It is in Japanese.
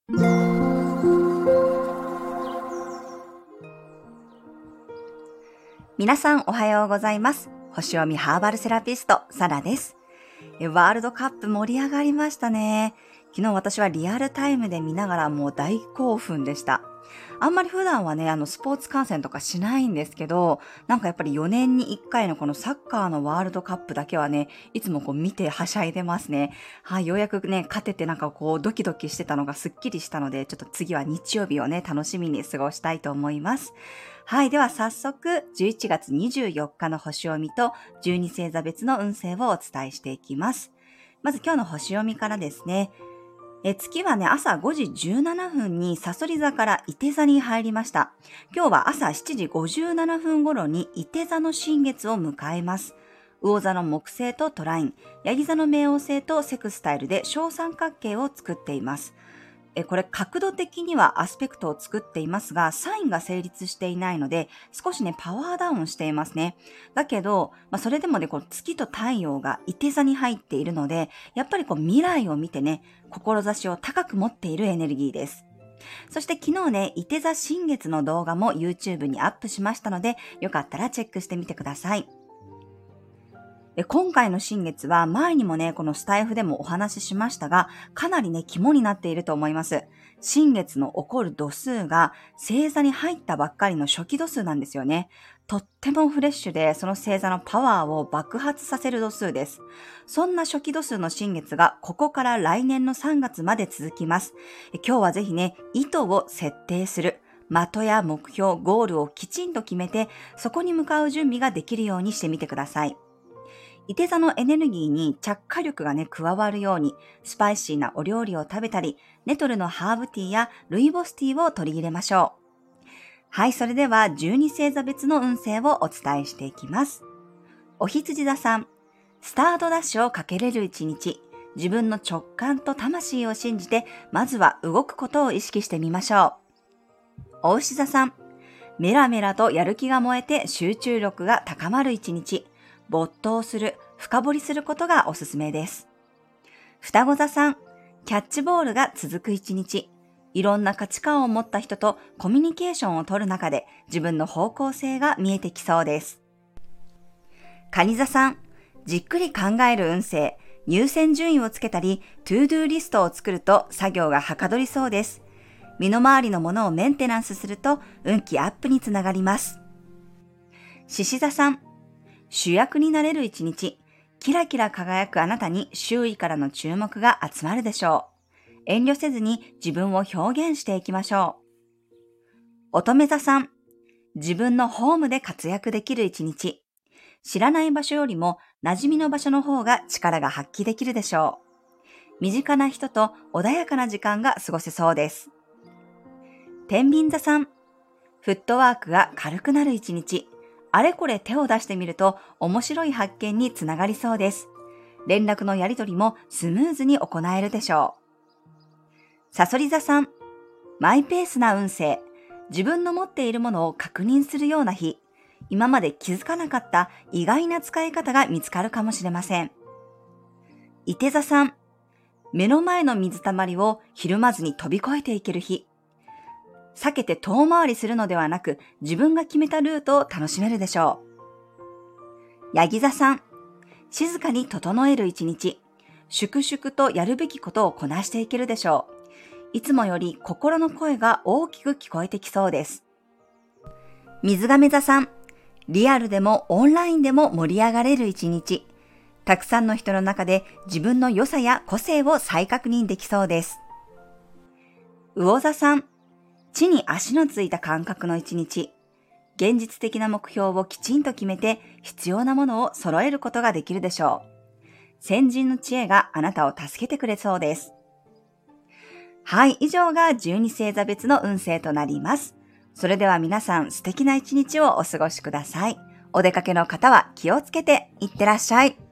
皆さんおはようございます。星読みハーバルセラピスト、サラです。ワールドカップ盛り上がりましたね。昨日私はリアルタイムで見ながらもう大興奮でした。あんまり普段はね、スポーツ観戦とかしないんですけど、なんかやっぱり4年に1回のこのサッカーのワールドカップだけはね、いつも見てはしゃいでますね。はい、ようやくね、勝ててドキドキしてたのがすっきりしたので、ちょっと次は日曜日をね、楽しみに過ごしたいと思います。はい、では早速、11月24日の星読みと12星座別の運勢をお伝えしていきます。まず今日の星読みからですね。月はね、朝5時17分に蠍座から射手座に入りました。今日は朝7時57分頃に射手座の新月を迎えます。魚座の木星とトライン、ヤギ座の冥王星とセクスタイルで小三角形を作っています。これ角度的にはアスペクトを作っていますが、サインが成立していないので、少しね、パワーダウンしていますね。だけど、それでもね、月と太陽が射手座に入っているので、やっぱり未来を見てね、志を高く持っているエネルギーです。そして昨日ね、射手座新月の動画も YouTube にアップしましたので、よかったらチェックしてみてください。今回の新月は前にもね、このスタイフでもお話ししましたが、かなりね、肝になっていると思います。新月の起こる度数が星座に入ったばっかりの初期度数なんですよね。とってもフレッシュで、その星座のパワーを爆発させる度数です。そんな初期度数の新月がここから来年の3月まで続きます。今日はぜひね、意図を設定する。的や目標、ゴールをきちんと決めて、そこに向かう準備ができるようにしてみてください。射手座のエネルギーに着火力がね、加わるように、スパイシーなお料理を食べたり、ネトルのハーブティーやルイボスティーを取り入れましょう。はい、それでは12星座別の運勢をお伝えしていきます。お羊座さん、スタートダッシュをかけれる一日、自分の直感と魂を信じて、まずは動くことを意識してみましょう。お牛座さん、メラメラとやる気が燃えて集中力が高まる一日、没頭する、深掘りすることがおすすめです。双子座さん、キャッチボールが続く一日、いろんな価値観を持った人とコミュニケーションを取る中で自分の方向性が見えてきそうです。蟹座さん、じっくり考える運勢、優先順位をつけたり、トゥードゥーリストを作ると作業がはかどりそうです。身の回りのものをメンテナンスすると運気アップにつながります。獅子座さん、主役になれる一日、キラキラ輝くあなたに周囲からの注目が集まるでしょう。遠慮せずに自分を表現していきましょう。乙女座さん、自分のホームで活躍できる一日、知らない場所よりも馴染みの場所の方が力が発揮できるでしょう。身近な人と穏やかな時間が過ごせそうです。天秤座さん、フットワークが軽くなる一日、あれこれ手を出してみると面白い発見につながりそうです。連絡のやり取りもスムーズに行えるでしょう。さそり座さん、マイペースな運勢、自分の持っているものを確認するような日、今まで気づかなかった意外な使い方が見つかるかもしれません。射手座さん、目の前の水たまりをひるまずに飛び越えていける日、避けて遠回りするのではなく、自分が決めたルートを楽しめるでしょう。ヤギ座さん、静かに整える一日、粛々とやるべきことをこなしていけるでしょう。いつもより心の声が大きく聞こえてきそうです。水亀座さん、リアルでもオンラインでも盛り上がれる一日、たくさんの人の中で自分の良さや個性を再確認できそうです。魚座さん、地に足のついた感覚の一日。現実的な目標をきちんと決めて必要なものを揃えることができるでしょう。先人の知恵があなたを助けてくれそうです。はい、以上が12星座別の運勢となります。それでは皆さん素敵な一日をお過ごしください。お出かけの方は気をつけていってらっしゃい。